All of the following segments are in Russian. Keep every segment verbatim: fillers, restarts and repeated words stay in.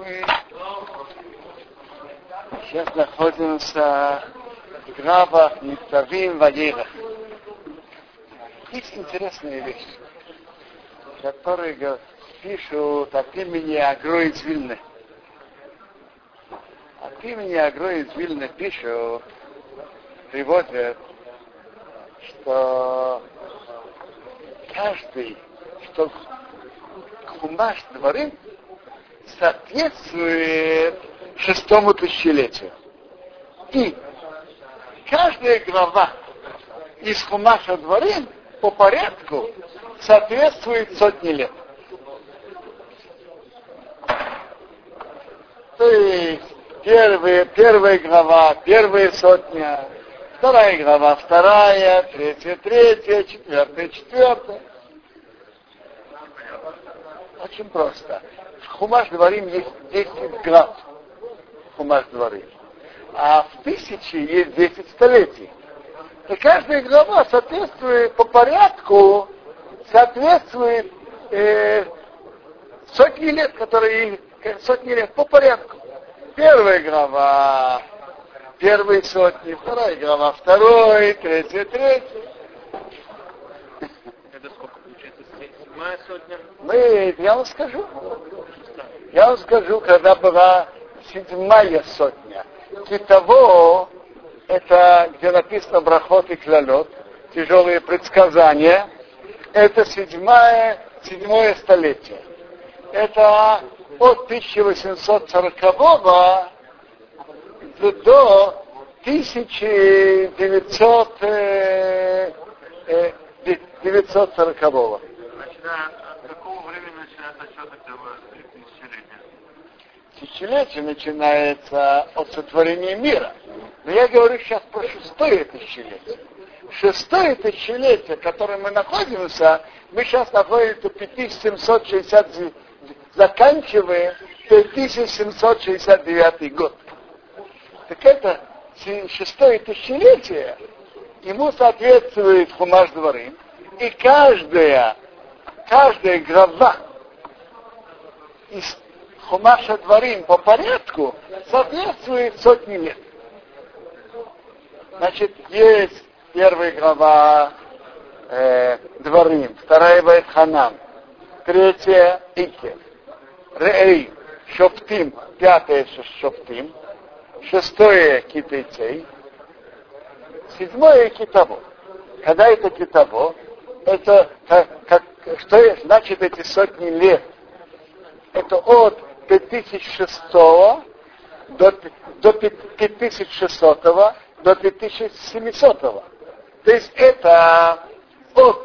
Мы сейчас находимся в главах Ницавим Ваерах. Есть интересная вещь, которые пишут от имени Агро из Вильны. От имени Агро из Вильны пишут, приводят, что каждый, что Хумаш Дворим соответствует шестому тысячелетию. И каждая глава из Хумаша Дворим по порядку соответствует сотне лет. То есть первая, первая глава, первая сотня, вторая глава, вторая, третья, третья, четвертая, четвертая. Очень просто. В Хумаш Дворим есть десять глав. Хумаш Дворим. А в тысяче есть десять столетий. И каждая глава соответствует по порядку, соответствует э, сотни лет, которые сотни лет по порядку. Первая глава, первые сотни, вторая глава, второй, третья, третья. Это сколько получается? Седьмая сотня? Мы, я вам скажу. Я вам скажу, когда была седьмая сотня. Китово, это где написано брахот и клалот, тяжелые предсказания, это седьмое, седьмое столетие. Это от тысяча восемьсот сорокового до тысяча девятьсот сорокового. От какого времени начинается отсчет этого тысячелетия? Тысячелетие начинается от сотворения мира. Но я говорю сейчас про шестое тысячелетие. Шестое тысячелетие, в котором мы находимся, мы сейчас находимся в пять тысяч семьсот шестьдесят, заканчиваем пять тысяч семьсот шестьдесят девятый год. Так это шестое тысячелетие, ему соответствует Хумаш Дворим, и каждая, каждая глава из Хумаша Дворим по порядку соответствует сотни лет. Значит, есть первая глава э, Дворим, вторая Ваэт Ханан, третья Икев, Рей, Шоптим, пятая Шоптим, шестое Китайцей, седьмое Китаво. Когда это Китаво, это как, как, что значит эти сотни лет? Это от пять тысяч шестого до, до пять тысяч шестисотого до пять тысяч семисотого. То есть это от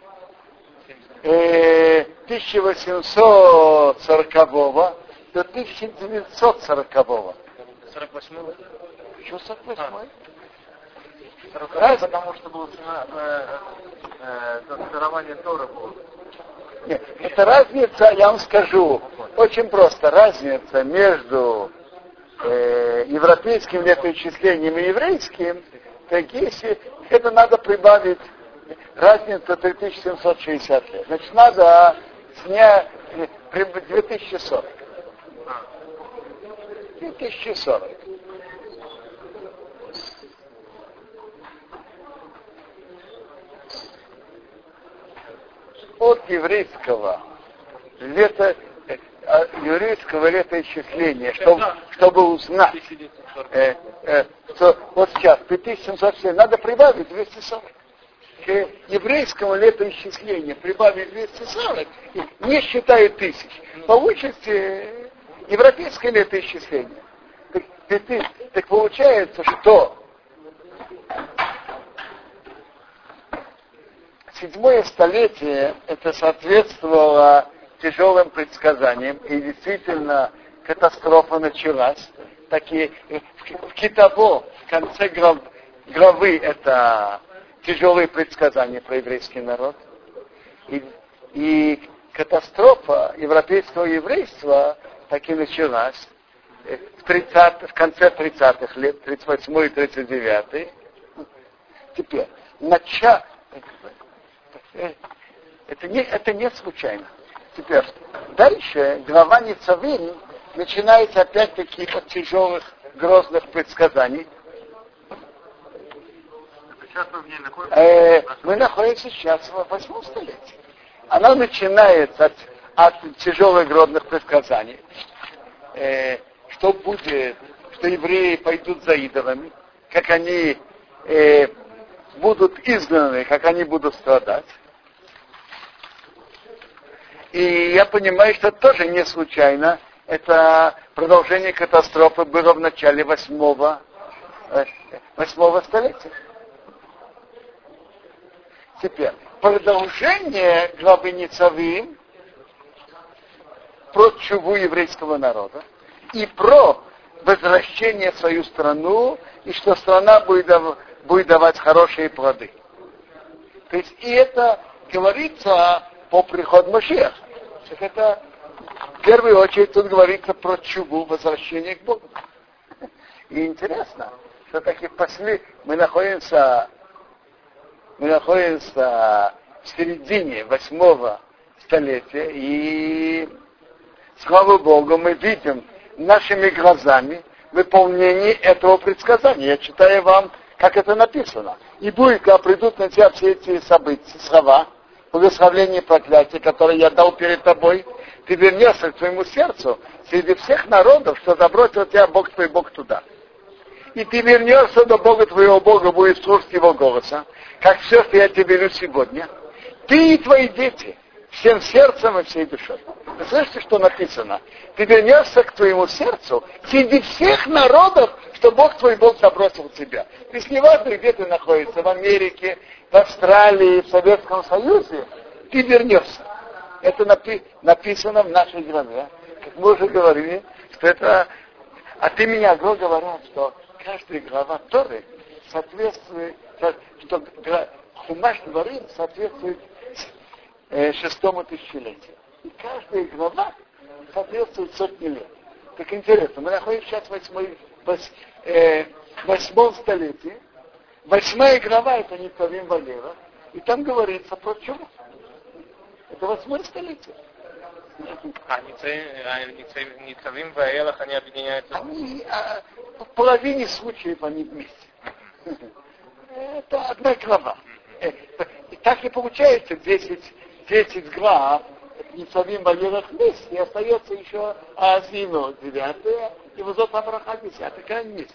э, тысяча восемьсот сорокового до тысяча девятьсот сорокового. сорок восьмого? Почему сорок восьмой? А. Потому что было э, э, дарование Тора было. Нет, это разница, я вам скажу, очень просто. Разница между э, европейским летоисчислением и еврейским, так если это надо прибавить разницу три тысячи семьсот шестьдесят лет. Значит, надо снять две тысячи сорок. две тысячи сорок. От еврейского лета, э, еврейского летоисчисления, чтобы, чтобы узнать, э, э, что вот сейчас пять тысяч семьсот шестьдесят, надо прибавить двести сорок. К еврейскому летоисчислению прибавить двести сорок, не считая тысяч, получится европейское летоисчисление. Так, так, так получается, что седьмое столетие это соответствовало тяжелым предсказаниям, и действительно катастрофа началась. Такие, в Китаво, в конце глав, главы, это тяжелые предсказания про еврейский народ. И, и катастрофа европейского еврейства так и началась в, тридцатых, в конце тридцатых лет, тридцать восьмой и тридцать девятый. Теперь, начало. Это не, это не случайно. Теперь, дальше глава Ницавим начинается опять-таки от тяжелых, грозных предсказаний. Сейчас мы в ней находимся. Э, мы находимся сейчас в восьмом столетии. Она начинается от, от тяжелых, грозных предсказаний. Э, что будет, что евреи пойдут за идолами, как они э, будут изгнаны, как они будут страдать. И я понимаю, что тоже не случайно. Это продолжение катастрофы было в начале восьмого, восьмого столетия. Теперь, продолжение главы Ницавим про чуву еврейского народа и про возвращение в свою страну, и что страна будет, дав- будет давать хорошие плоды. То есть, и это говорится по приходу Машиаха. Это в первую очередь тут говорится про чуву, возвращение к Богу. И интересно, что таки после мы находимся, мы находимся в середине восьмого столетия, и слава Богу, мы видим нашими глазами выполнение этого предсказания. Я читаю вам, как это написано. И будет, когда придут на тебя все эти события, слова, благословление и проклятие, которое я дал перед тобой, ты вернешься к твоему сердцу среди всех народов, что забросил тебя Бог твой Бог туда. И ты вернешься до Бога твоего Бога, будешь слушать его голоса, как все, что я тебе велю сегодня. Ты и твои дети, всем сердцем и всей душой. Вы слышите, что написано? Ты вернешься к твоему сердцу среди всех народов, что Бог твой Бог забросил тебя. То есть неважно, где ты находишься, в Америке, в Австралии, в Советском Союзе, ты вернешься. Это напи- написано в нашей главе. Как мы уже говорили, что это от имени Агро говорят, что каждая глава Торы соответствует, что Хумаш Дворим соответствует э, шестому тысячелетию. И каждая глава соответствует сотне лет. Так интересно, мы находимся сейчас в восьмой, вось, э, восьмом столетии. Восьмая глава это Ницавим Валера. И там говорится про чему? Это восьмое столетие. А Ницавим Ваэлах, они объединяются? Они, а, в половине случаев они вместе. Это одна глава. И так и получается десять, десять глав Ницавим Валерах вместе, и остается еще Азину девятая, и Вазот Авраха десятая, как вместе.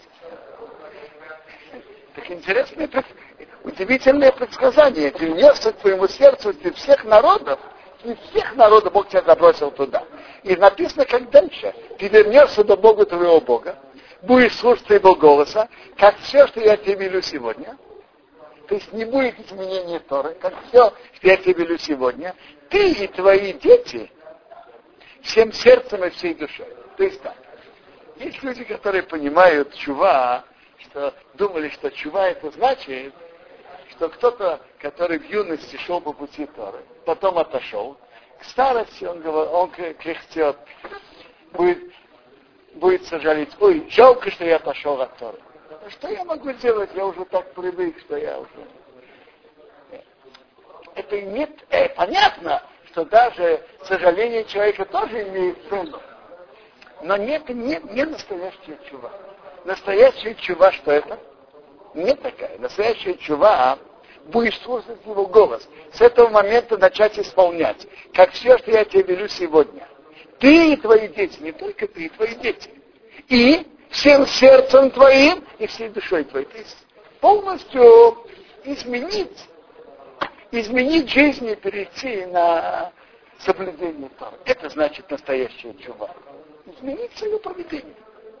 Так интересное, удивительное предсказание. Ты внесся к твоему сердцу из всех народов, из всех народов Бог тебя забросил туда. И написано, как дальше. Ты вернешься до Бога твоего Бога, будешь слушать его голоса, как все, что я тебе велю сегодня. То есть не будет изменения Торы, как все, что я тебе велю сегодня. Ты и твои дети всем сердцем и всей душой. То есть так. Есть люди, которые понимают чува, что думали, что чува это значит, что кто-то, который в юности шел по пути Торы, потом отошел, к старости он, говорит, он кряхтет, будет, будет сожалеть, ой, жалко, что я отошел от Торы. Что я могу сделать? Я уже так привык, что я уже... Это нет, э, понятно, что даже сожаление человека тоже имеет цену. Но нет, нет, не настоящая чува. Настоящая чува, что это? Не такая. Настоящая чува, будешь слушать его голос. С этого момента начать исполнять. Как все, что я тебе велю сегодня. Ты и твои дети, не только ты и твои дети. И всем сердцем твоим и всей душой твоей. То есть полностью изменить, изменить жизнь и перейти на соблюдение Торы. Это значит настоящая чува. Изменить свое поведение.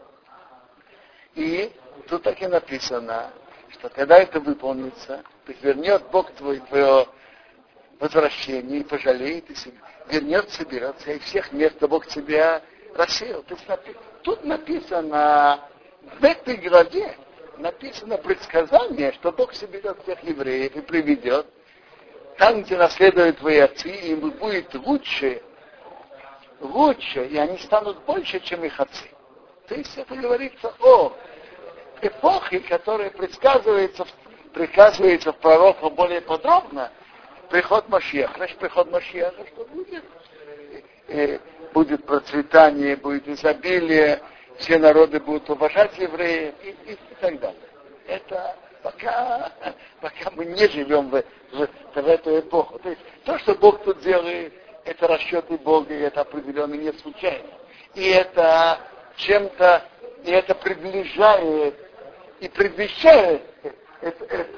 И тут так и написано, что когда это выполнится, то вернет Бог твой, твое возвращение и пожалеет, и вернет, соберется, и всех мест Бог тебя рассеял. То есть, тут написано, в этой главе написано предсказание, что Бог соберет всех евреев и приведет. Там, где наследуют твои отцы, им будет лучше, лучше, и они станут больше, чем их отцы. То есть это говорится о эпохе, которая предсказывается, предсказывается в пророках более подробно, приход Машиаха. Значит, приход Машиаха, что будет? Э, будет процветание, будет изобилие, все народы будут уважать евреев и, и, и так далее. Это пока, пока мы не живем в, в, в эту эпоху. То есть то, что Бог тут делает, это расчеты Бога, и это определенно не случайно. И это чем-то, и это приближает, и предвещает это, это.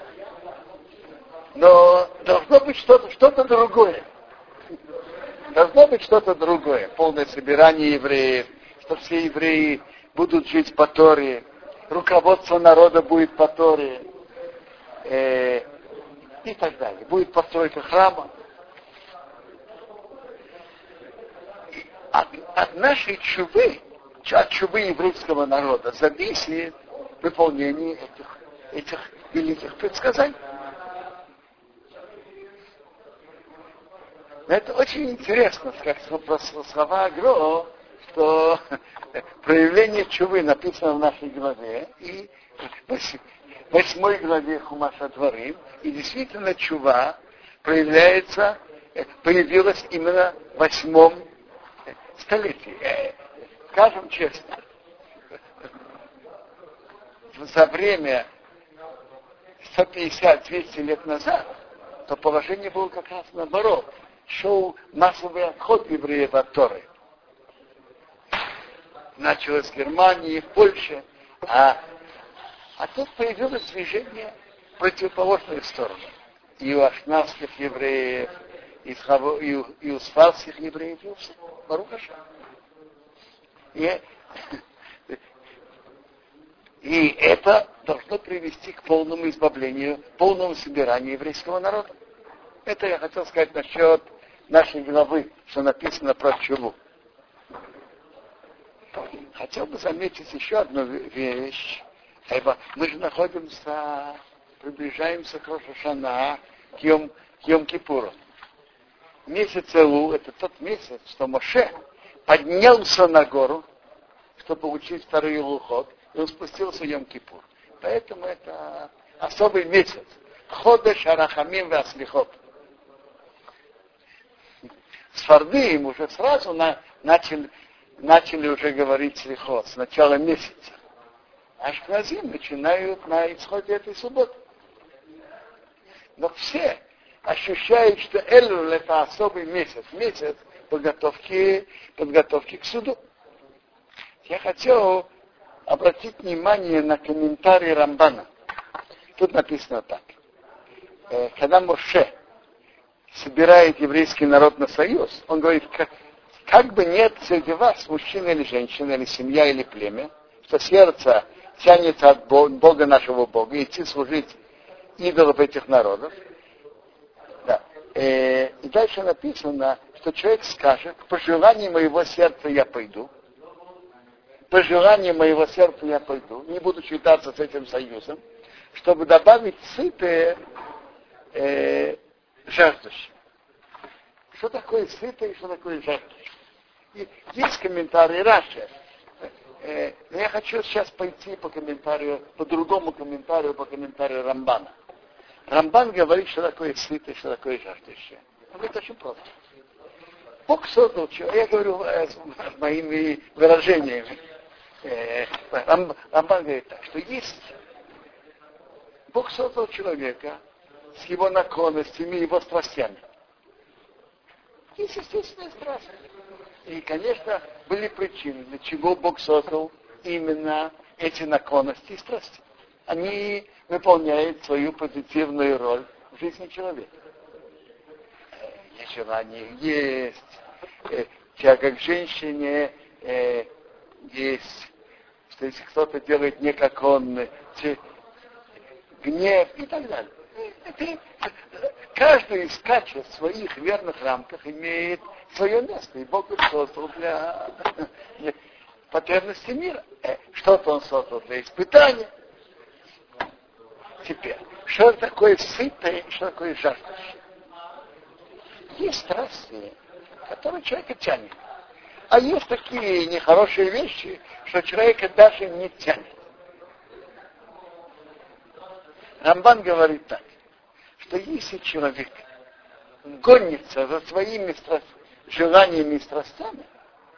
Но должно быть что-то, что-то другое. Должно быть что-то другое. Полное собирание евреев, что все евреи будут жить по Торе, руководство народа будет по Торе, э, и так далее. Будет постройка храма. От, от нашей чувы, от чувы еврейского народа зависит выполнение этих, этих великих предсказаний. Но это очень интересно, как слова Агро, что проявление чувы написано в нашей главе, и в восьмой главе Хумаша Дворим, и действительно чува проявляется, появилась именно в восьмом столетии. Скажем честно, за время сто пятьдесят - двести лет назад, то положение было как раз наоборот. Шел массовый отход евреев от Торы. Началось в Германии, в Польше, а, а тут появилось движение в противоположную сторону. И у ашкеназских евреев, и, и, у, и у сфарских евреев, и у всех. Барух Ашем. И, и это должно привести к полному избавлению, полному собиранию еврейского народа. Это я хотел сказать насчет нашей главы, что написано про чуву. Хотел бы заметить еще одну вещь. Мы же находимся, приближаемся к Рош ха-Шана, к Йом, к Йом-Кипуру. Месяц Элу — это тот месяц, что Моше поднялся на гору, чтобы получить второй лухот, и он спустился в Йом-Кипур. Поэтому это особый месяц. Ходеш Арахамим Васлихот. Сфардим уже сразу на, начали, начали уже говорить слихот с начала месяца. Ашкеназим начинают на исходе этой субботы. Но все ощущают, что Элуль — это особый месяц, месяц подготовки, подготовки к суду. Я хотел обратить внимание на комментарий Рамбана. Тут написано так. Когда Моше собирает еврейский народ на союз, он говорит, как, как бы нет среди вас мужчина или женщина, или семья, или племя, что сердце тянется от Бога, нашего Бога, идти служить идолов этих народов. Да. И дальше написано, что человек скажет, по желанию моего сердца я пойду, по желанию моего сердца я пойду, не буду считаться с этим союзом, чтобы добавить сытые э, жаждущим. Что такое сытое и что такое жаждущим? И есть комментарий Раши. Э, но я хочу сейчас пойти по комментарию, по другому комментарию, по комментарию Рамбана. Рамбан говорит, что такое сытое, что такое жаждущее. Он говорит очень просто. Бог создал человека, я говорю э, моими выражениями. Э, Рамбан говорит так, что есть Бог создал человека с его наклонностями, его страстями. Есть естественные страсти. И, конечно, были причины, для чего Бог создал именно эти наклонности и страсти. Они выполняют свою позитивную роль в жизни человека. Есть желание есть, тяга к женщине, есть, что если кто-то делает не как он, гнев и так далее. Каждый из качеств в своих верных рамках имеет свое место. И Бог их создал для, для потребностей мира. Что-то он создал для испытания. Теперь, что такое сытое и что такое жаждущее? Есть страсти, которые человека тянет. А есть такие нехорошие вещи, что человека даже не тянет. Рамбан говорит так, что если человек гонится за своими страст... желаниями и страстями,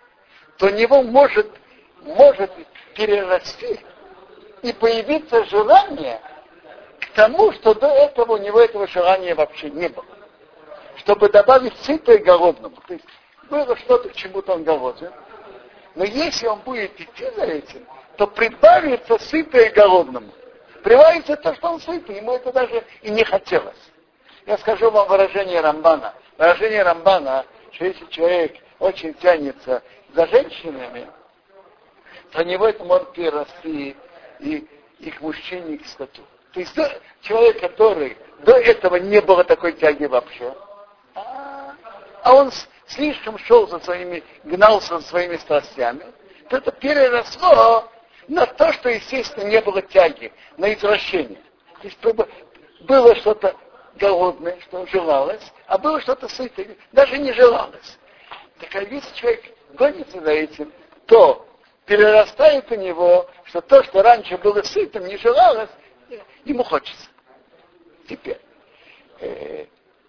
то у него может, может перерасти и появиться желание к тому, что до этого у него этого желания вообще не было. Чтобы добавить сытое голодному. То есть было что-то, к чему-то он голоден. Но если он будет идти за этим, то прибавится сытое голодному. Прибавится то, что он сытый, ему это даже и не хотелось. Я скажу вам выражение Рамбана. Выражение Рамбана, что если человек очень тянется за женщинами, то у него это может перерасти и, и к мужчине, и к скоту. То есть да, человек, который до этого не было такой тяги вообще, а, а он с, слишком шел за своими, гнался за своими страстями, то это переросло на то, что, естественно, не было тяги, на извращение. То есть было что-то голодное, что желалось, а было что-то сытое, даже не желалось. Так а если человек гонится за этим, то перерастает у него, что то, что раньше было сытым, не желалось, ему хочется. Теперь. Э,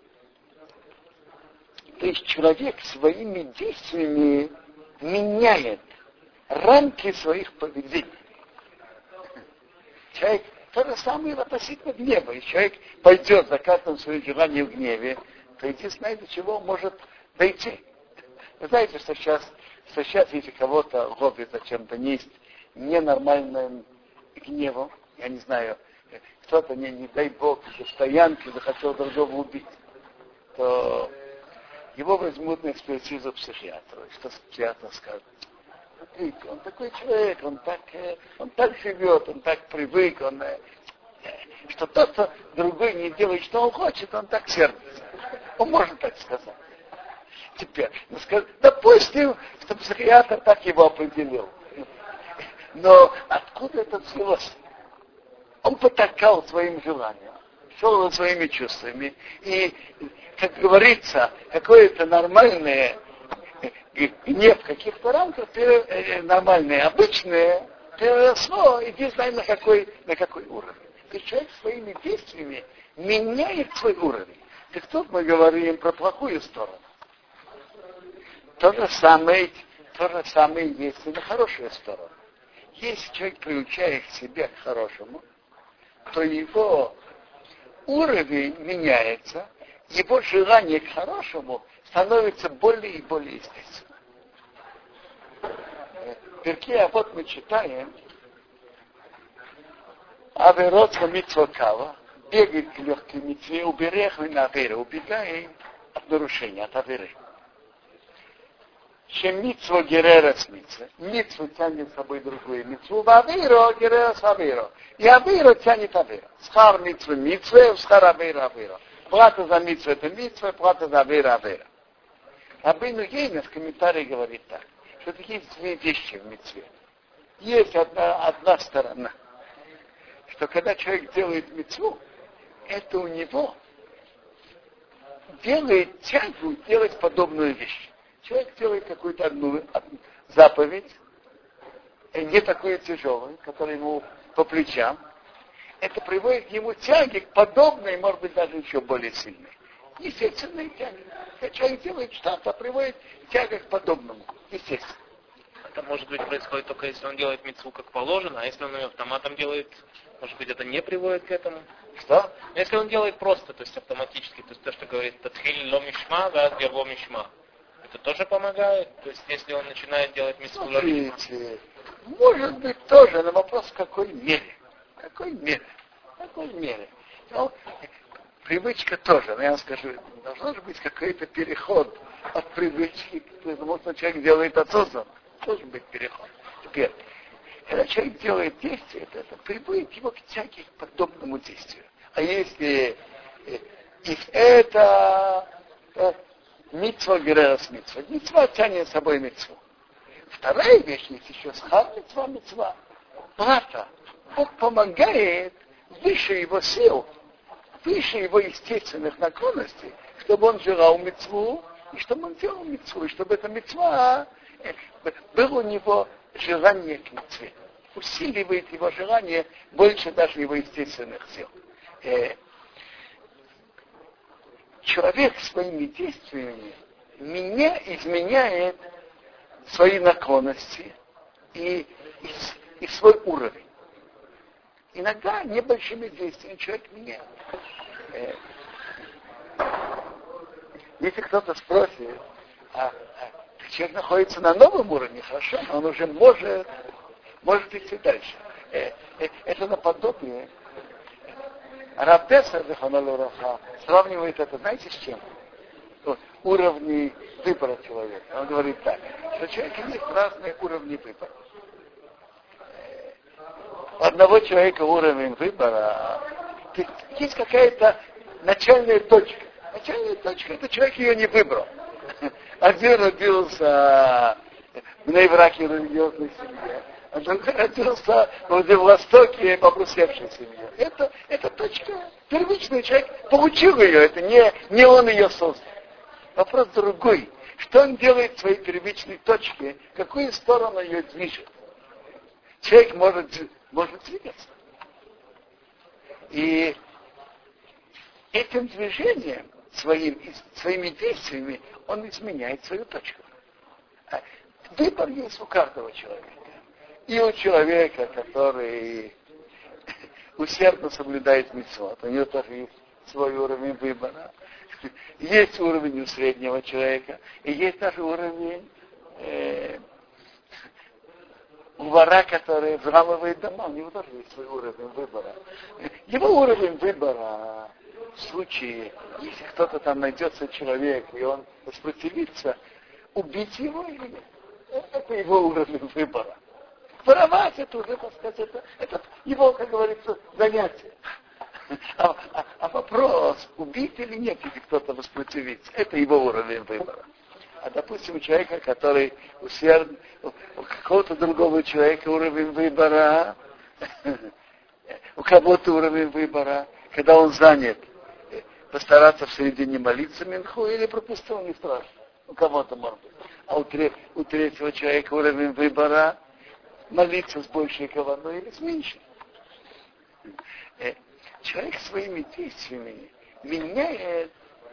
то есть человек своими действиями меняет рамки своих поведений. Человек то же самое относительно гнева. Если человек пойдет за каждым своим желанием в гневе, то единственное, до чего он может дойти. Вы знаете, что сейчас, что сейчас если кого-то ловит за чем-то несть ненормальным гневом, я не знаю, кто-то, не, не дай Бог, из стоянки захотел другого убить, то его возьмут на экспертизу психиатру. И что психиатр скажет? Смотрите, он такой человек, он так, он так живет, он так привык, он, что тот, кто другой не делает, что он хочет, он так сердится. Он может так сказать. Теперь, ну, скажем, допустим, что психиатр так его определил. Но откуда это взялось? Он потакал своим желанием, шел за своими чувствами. И, как говорится, какое-то нормальное гнев в каких-то рамках, нормальное, обычное, переросло, и не знаю на какой, на какой уровень. То есть человек своими действиями меняет свой уровень. Так тут мы говорим про плохую сторону. То же самое, то же самое есть и на хорошую сторону. Если человек приучает себя к хорошему, то его уровень меняется, его желание к хорошему становится более и более естественным. В Перке, а вот мы читаем, Аверот митцвокава, бегает к легкой митцве, уберех на авере, убегает от нарушения, от аверы. Чем митцво герера с митцвой. Митцву тянет с собой другую митцву, а аверо герера с аверо. И аверо тянет аверо. Схар митцвы митцвы, схар аверо аверо. Плата за митцву это митцва, плата за аверо аверо. Рабейну Йейна в комментарии говорит так, что такие две вещи в митцве. Есть одна, одна сторона, что когда человек делает митцву, это у него делает тягу делать подобную вещь. Человек делает какую-то одну заповедь, не такую тяжелую, которая ему по плечам. Это приводит к ему тяги к подобной, может быть, даже еще более сильной. Естественные тяги. Когда человек делает что-то, а приводит тяга к подобному. Естественно. Это, может быть, происходит только если он делает мицву как положено, а если он ее автоматом делает, может быть, это не приводит к этому? Что? Если он делает просто, то есть автоматически, то есть то, что говорит «Татхиль ло мишма, ваз герво мишма». Это тоже помогает? То есть если он начинает делать мицву ло мишма? Может быть, тоже, но вопрос в какой мере. В какой мере? В какой мере? Ну, привычка тоже, но я вам скажу, должен же быть какой-то переход от привычки к тому, что человек делает осознанно. Должен быть переход. Теперь, когда человек делает действие, это, это приводит его к тяге к подобному действию. А если э, и это э, митцва герера с митцва, митцва тянет с собой митцву. Вторая вещь есть еще схар митцва, митцва. Плата. Бог помогает выше его сил, выше его естественных наклонностей, чтобы он желал мицву, и чтобы он делал мицву, и чтобы эта мицва было у него желание к мицве. Усиливает его желание больше даже его естественных сил. Человек своими действиями меня изменяет свои наклонности и, и, и свой уровень. Иногда небольшими действиями человек меняет. Если кто-то спросит, а, а человек находится на новом уровне, хорошо, но он уже может, может идти дальше. Это наподобие. Рав Теслер сравнивает это, знаете, с чем? Вот, уровни выбора человека. Он говорит так, что у человека есть разные уровни выбора. У одного человека уровень выбора есть какая-то начальная точка. Начальная точка — это человек ее не выбрал. Один родился в Нейвраке религиозной семье, а другой родился в Востоке попросевшей семье. Это, это точка. Первичный человек получил ее, это не, не он ее создал. Вопрос другой. Что он делает в своей первичной точке, в какую сторону ее движет? Человек может, может двигаться. И этим движением, своим, своими действиями, он изменяет свою точку. Выбор есть у каждого человека. И у человека, который усердно соблюдает мицвот, у него тоже есть свой уровень выбора. Есть уровень у среднего человека, и есть даже уровень э, у вора, который взламывает дома, у него тоже есть свой уровень выбора. Его уровень выбора в случае, если кто-то там найдется человек, и он воспротивится, убить его или нет. Это его уровень выбора. Воровать это уже, так сказать, это, это его, как говорится, занятие. А, а, а вопрос, убить или нет, если кто-то воспротивится, это его уровень выбора. А, допустим, у человека, который усердный, у какого-то другого человека уровень выбора, у кого-то уровень выбора, когда он занят, постараться в середине молиться минху или пропустил, не страшно. У кого-то может быть. А у, тре- у третьего человека уровень выбора молиться с большей каваной или с меньшей. Человек своими действиями меняет,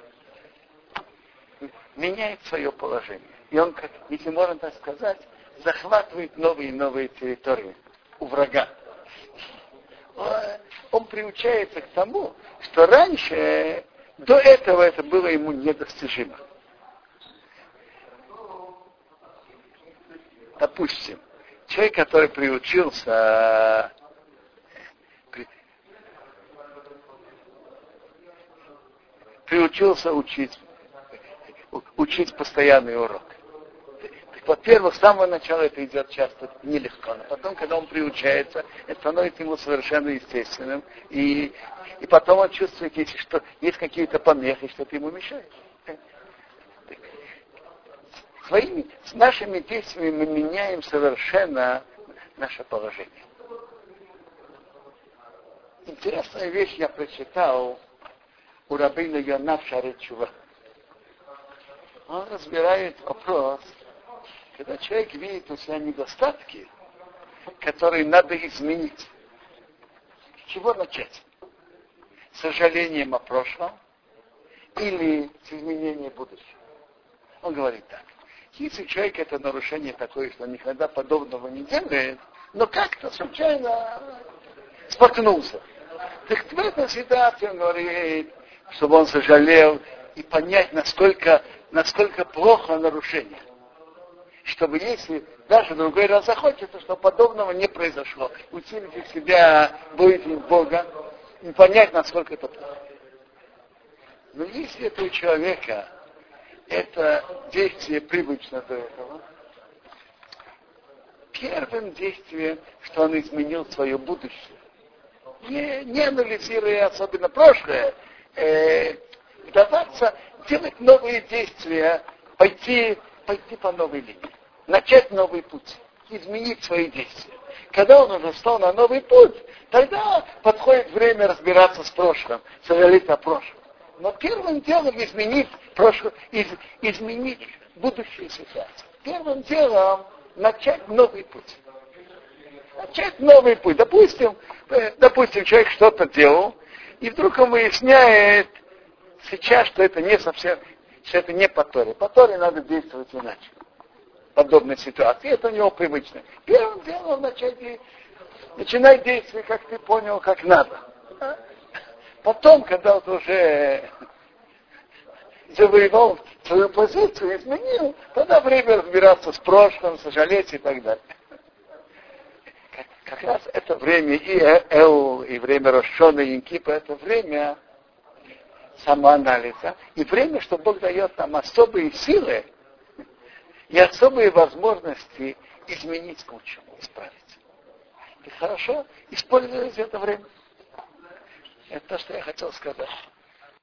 меняет свое положение. И он, как, если можно так сказать, захватывает новые и новые территории у врага. Он приучается к тому, что раньше, до этого это было ему недостижимо. Допустим, человек, который приучился при, приучился учить, учить постоянный урок. Во-первых, с самого начала это идет часто нелегко, но потом, когда он приучается, это становится ему совершенно естественным, и, и потом он чувствует, если что, есть какие-то помехи, что-то ему мешает. Своими, с нашими действиями мы меняем совершенно наше положение. Интересная вещь я прочитал у рабына Йона в Шааре Тшува. Он разбирает вопрос, когда человек видит у себя недостатки, которые надо изменить. С чего начать? С сожалением о прошлом или с изменением будущего? Он говорит так. Если у человека это нарушение такое, что он никогда подобного не делает, но как-то случайно споткнулся. Так в этой ситуации он говорит, чтобы он сожалел и понять, насколько, насколько плохо нарушение. Чтобы если даже другой раз захочется, что подобного не произошло. Усилите себя, бойтесь Бога и понять, насколько это плохо. Но если это у человека это действие привычно до этого, первым действием, что он изменил свое будущее, не, не анализируя особенно прошлое, э, вдаваться, делать новые действия, пойти, пойти по новой линии, начать новый путь, изменить свои действия. Когда он уже встал на новый путь, тогда подходит время разбираться с прошлым, сожалеть о прошлом. Но первым делом изменить прошлое, из, изменить будущую ситуацию. Первым делом начать новый путь. Начать новый путь. Допустим, допустим, человек что-то делал, и вдруг он выясняет сейчас, что это не совсем, что это не по Торе. По Торе надо действовать иначе. подобной ситуации. Это у него привычно. Первым делом начать, начинать действовать, как ты понял, как надо. Потом, когда ты уже завоевал свою позицию, изменил, тогда время разбираться с прошлым, сожалеть и так далее. Как, как раз это время и Эл, и время Рошона, и Инкипа, это время самоанализа, и время, что Бог дает нам особые силы и особые возможности изменить к лучшему, исправить. И хорошо использовать это время. Это то, что я хотел сказать.